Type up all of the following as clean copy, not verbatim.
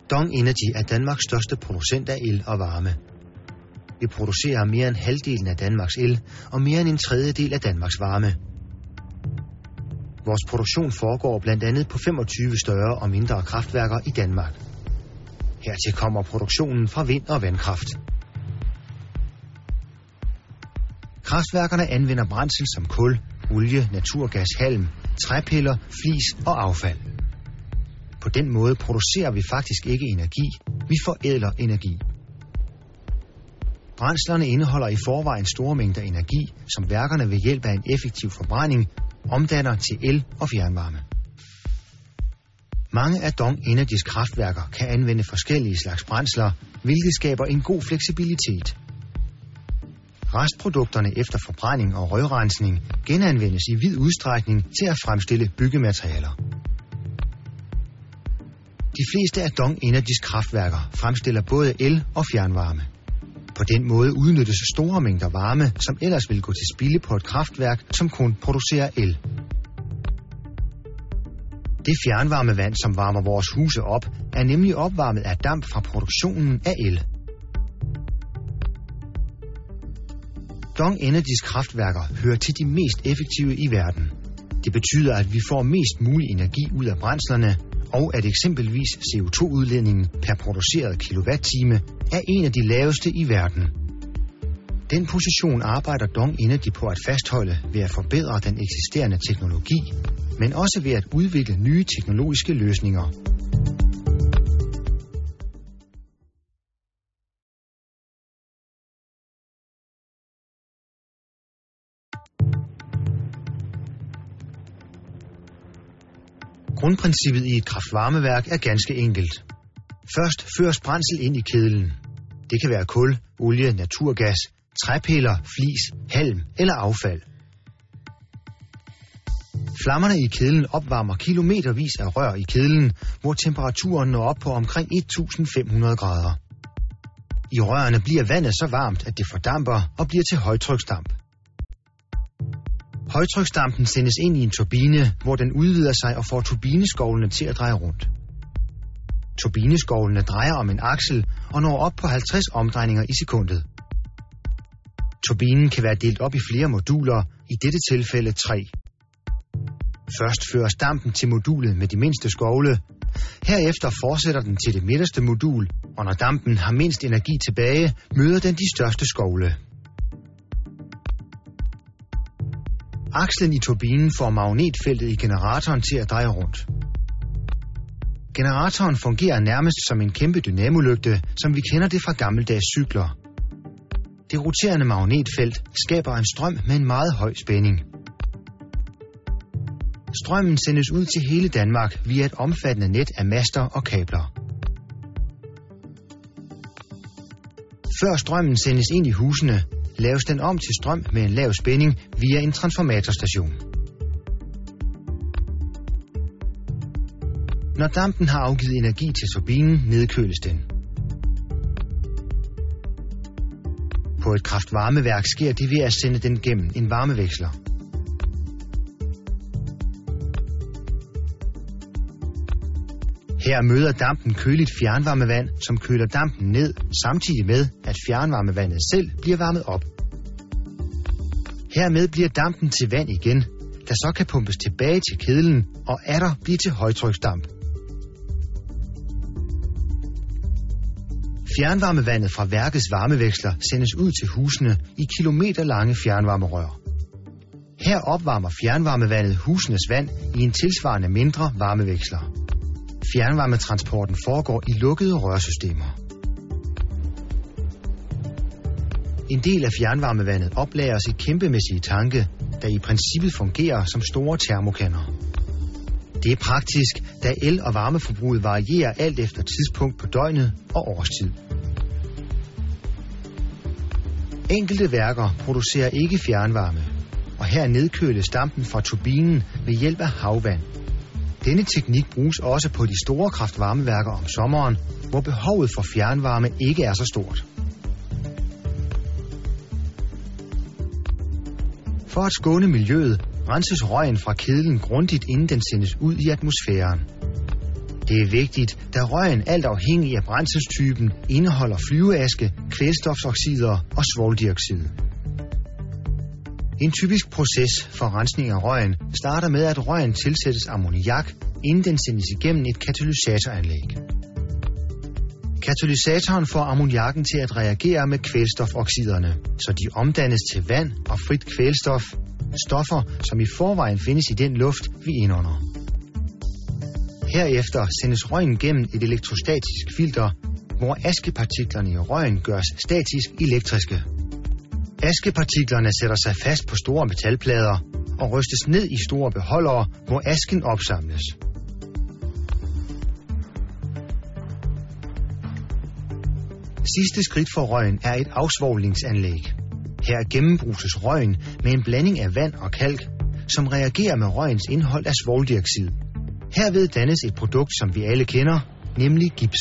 DONG Energy er Danmarks største producent af el og varme. Vi producerer mere end halvdelen af Danmarks el og mere end en tredjedel af Danmarks varme. Vores produktion foregår blandt andet på 25 større og mindre kraftværker i Danmark. Hertil kommer produktionen fra vind- og vandkraft. Kraftværkerne anvender brændsel som kul, olie, naturgas, halm, træpiller, flis og affald. På den måde producerer vi faktisk ikke energi, vi forædler energi. Brændslerne indeholder i forvejen store mængder energi, som værkerne ved hjælp af en effektiv forbrænding omdanner til el og fjernvarme. Mange af DONG Energys kraftværker kan anvende forskellige slags brændsler, hvilket skaber en god fleksibilitet. Restprodukterne efter forbrænding og røgrensning genanvendes i vid udstrækning til at fremstille byggematerialer. De fleste af DONG Energys kraftværker fremstiller både el og fjernvarme. På den måde udnyttes store mængder varme, som ellers vil gå til spilde på et kraftværk, som kun producerer el. Det fjernvarmevand, som varmer vores huse op, er nemlig opvarmet af damp fra produktionen af el. DONG Energys kraftværker hører til de mest effektive i verden. Det betyder, at vi får mest mulig energi ud af brændslerne, og at eksempelvis CO2-udledningen per produceret kilowatt-time er en af de laveste i verden. Den position arbejder DONG Energy på at fastholde ved at forbedre den eksisterende teknologi, men også ved at udvikle nye teknologiske løsninger. Grundprincippet i et kraft-varmeværk er ganske enkelt. Først føres brændsel ind i kedlen. Det kan være kul, olie, naturgas, træpiller, flis, halm eller affald. Flammerne i kedlen opvarmer kilometervis af rør i kedlen, hvor temperaturen når op på omkring 1500 grader. I rørene bliver vandet så varmt, at det fordamper og bliver til højtryksdamp. Højtryksdampen sendes ind i en turbine, hvor den udvider sig og får turbineskovlene til at dreje rundt. Turbineskovlene drejer om en aksel og når op på 50 omdrejninger i sekundet. Turbinen kan være delt op i flere moduler, i dette tilfælde 3. Først føres dampen til modulet med de mindste skovle. Herefter fortsætter den til det midterste modul, og når dampen har mindst energi tilbage, møder den de største skovle. Akslen i turbinen får magnetfeltet i generatoren til at dreje rundt. Generatoren fungerer nærmest som en kæmpe dynamolygte, som vi kender det fra gammeldags cykler. Det roterende magnetfelt skaber en strøm med en meget høj spænding. Strømmen sendes ud til hele Danmark via et omfattende net af master og kabler. Før strømmen sendes ind i husene, laves den om til strøm med en lav spænding via en transformatorstation. Når dampen har afgivet energi til turbinen, nedkøles den. På et kraft-varmeværk sker det ved at sende den gennem en varmeveksler. Her møder dampen køligt fjernvarmevand, som køler dampen ned, samtidig med, at fjernvarmevandet selv bliver varmet op. Hermed bliver dampen til vand igen, der så kan pumpes tilbage til kedlen og atter blive til højtryksdamp. Fjernvarmevandet fra værkets varmeveksler sendes ud til husene i kilometerlange fjernvarmerør. Her opvarmer fjernvarmevandet husenes vand i en tilsvarende mindre varmeveksler. Fjernvarmetransporten foregår i lukkede rørsystemer. En del af fjernvarmevandet oplagres i kæmpemæssige tanke, der i princippet fungerer som store termokander. Det er praktisk, da el- og varmeforbruget varierer alt efter tidspunkt på døgnet og årstid. Enkelte værker producerer ikke fjernvarme, og her nedkøles dampen fra turbinen ved hjælp af havvand. Denne teknik bruges også på de store kraft-varmeværker om sommeren, hvor behovet for fjernvarme ikke er så stort. For at skåne miljøet, renses røgen fra kedlen grundigt, inden den sendes ud i atmosfæren. Det er vigtigt, da røgen alt afhængig af brændselstypen indeholder flyveaske, kvælstofoxider og svovldioxid. En typisk proces for rensning af røgen starter med, at røgen tilsættes ammoniak, inden den sendes igennem et katalysatoranlæg. Katalysatoren får ammoniakken til at reagere med kvælstofoxiderne, så de omdannes til vand og frit kvælstof, stoffer, som i forvejen findes i den luft, vi indånder. Herefter sendes røgen gennem et elektrostatisk filter, hvor askepartiklerne i røgen gøres statisk elektriske. Askepartiklerne sætter sig fast på store metalplader og rystes ned i store beholdere, hvor asken opsamles. Sidste skridt for røgen er et afsvovlingsanlæg. Her gennembruses røgen med en blanding af vand og kalk, som reagerer med røgens indhold af svovldioxid. Herved dannes et produkt, som vi alle kender, nemlig gips.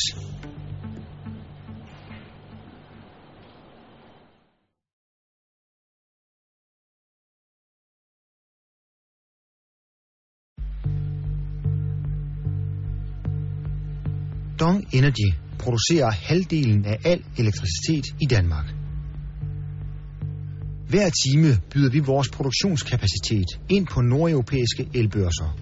DONG Energy producerer halvdelen af al elektricitet i Danmark. Hver time byder vi vores produktionskapacitet ind på nordeuropæiske elbørser.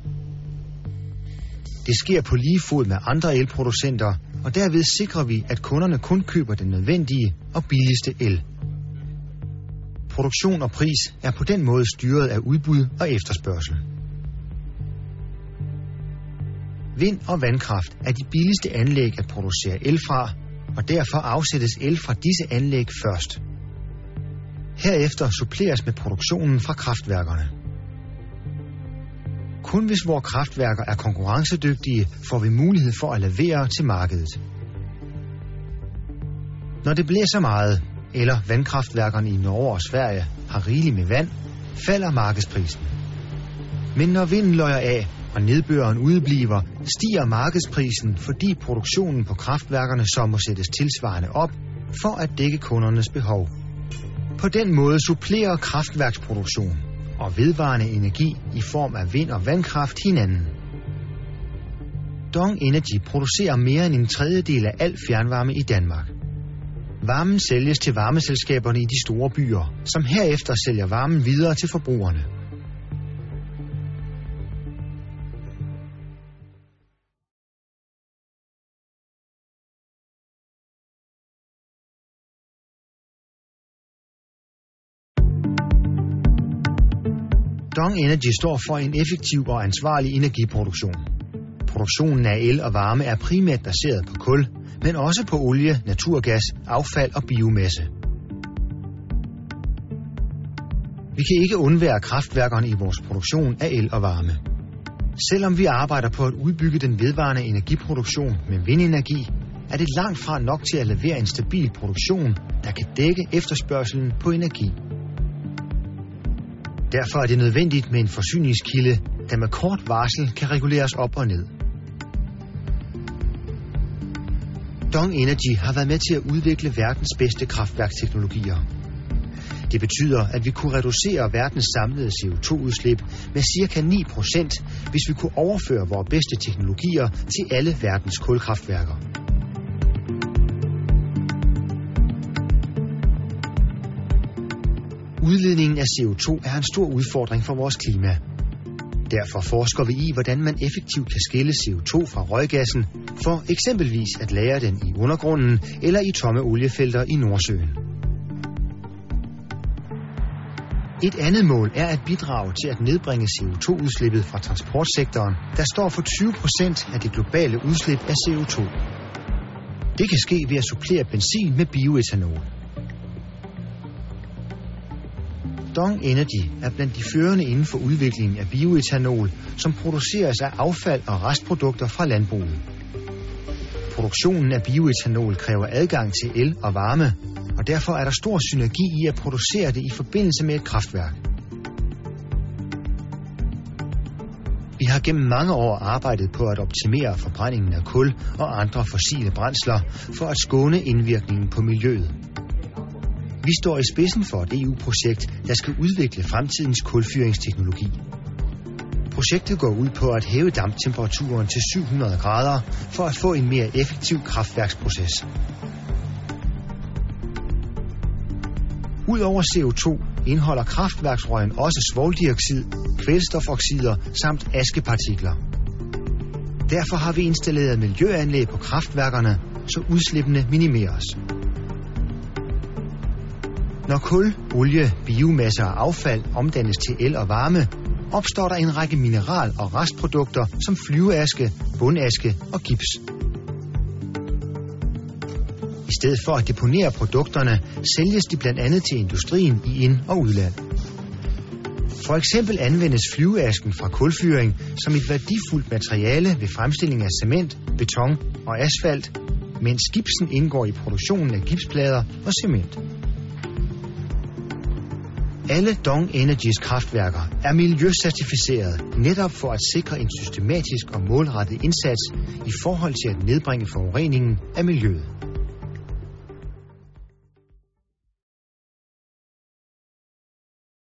Det sker på lige fod med andre elproducenter, og derved sikrer vi, at kunderne kun køber den nødvendige og billigste el. Produktion og pris er på den måde styret af udbud og efterspørgsel. Vind- og vandkraft er de billigste anlæg at producere el fra, og derfor afsættes el fra disse anlæg først. Herefter suppleres med produktionen fra kraftværkerne. Kun hvis vores kraftværker er konkurrencedygtige, får vi mulighed for at levere til markedet. Når det blæser meget, eller vandkraftværkerne i Norge og Sverige har rigeligt med vand, falder markedsprisen. Men når vinden løjer af, og nedbøren udebliver, stiger markedsprisen, fordi produktionen på kraftværkerne så må sættes tilsvarende op, for at dække kundernes behov. På den måde supplerer kraftværksproduktion og vedvarende energi i form af vind- og vandkraft hinanden. DONG Energy producerer mere end en tredjedel af al fjernvarme i Danmark. Varmen sælges til varmeselskaberne i de store byer, som herefter sælger varmen videre til forbrugerne. DONG Energy står for en effektiv og ansvarlig energiproduktion. Produktionen af el og varme er primært baseret på kul, men også på olie, naturgas, affald og biomasse. Vi kan ikke undvære kraftværkerne i vores produktion af el og varme. Selvom vi arbejder på at udbygge den vedvarende energiproduktion med vindenergi, er det langt fra nok til at levere en stabil produktion, der kan dække efterspørgselen på energi. Derfor er det nødvendigt med en forsyningskilde, der med kort varsel kan reguleres op og ned. DONG Energy har været med til at udvikle verdens bedste kraftværksteknologier. Det betyder, at vi kunne reducere verdens samlede CO2-udslip med ca. 9%, hvis vi kunne overføre vores bedste teknologier til alle verdens kulkraftværker. Udledningen af CO2 er en stor udfordring for vores klima. Derfor forsker vi i, hvordan man effektivt kan skille CO2 fra røggassen, for eksempelvis at lagre den i undergrunden eller i tomme oliefelter i Nordsøen. Et andet mål er at bidrage til at nedbringe CO2-udslippet fra transportsektoren, der står for 20% af det globale udslip af CO2. Det kan ske ved at supplere benzin med bioetanol. DONG Energy er blandt de førende inden for udviklingen af bioetanol, som produceres af affald og restprodukter fra landbruget. Produktionen af bioetanol kræver adgang til el og varme, og derfor er der stor synergi i at producere det i forbindelse med et kraftværk. Vi har gennem mange år arbejdet på at optimere forbrændingen af kul og andre fossile brændsler for at skåne indvirkningen på miljøet. Vi står i spidsen for et EU-projekt, der skal udvikle fremtidens kulfyringsteknologi. Projektet går ud på at hæve damptemperaturen til 700 grader for at få en mere effektiv kraftværksproces. Udover CO2 indeholder kraftværksrøgen også svovldioxid, kvælstofoxider samt askepartikler. Derfor har vi installeret miljøanlæg på kraftværkerne, så udslippene minimeres. Når kul, olie, biomasse og affald omdannes til el og varme, opstår der en række mineral- og restprodukter som flyveaske, bundaske og gips. I stedet for at deponere produkterne, sælges de blandt andet til industrien i ind- og udland. For eksempel anvendes flyveasken fra kulfyring som et værdifuldt materiale ved fremstilling af cement, beton og asfalt, mens gipsen indgår i produktionen af gipsplader og cement. Alle DONG Energys kraftværker er miljøcertificeret netop for at sikre en systematisk og målrettet indsats i forhold til at nedbringe forureningen af miljøet.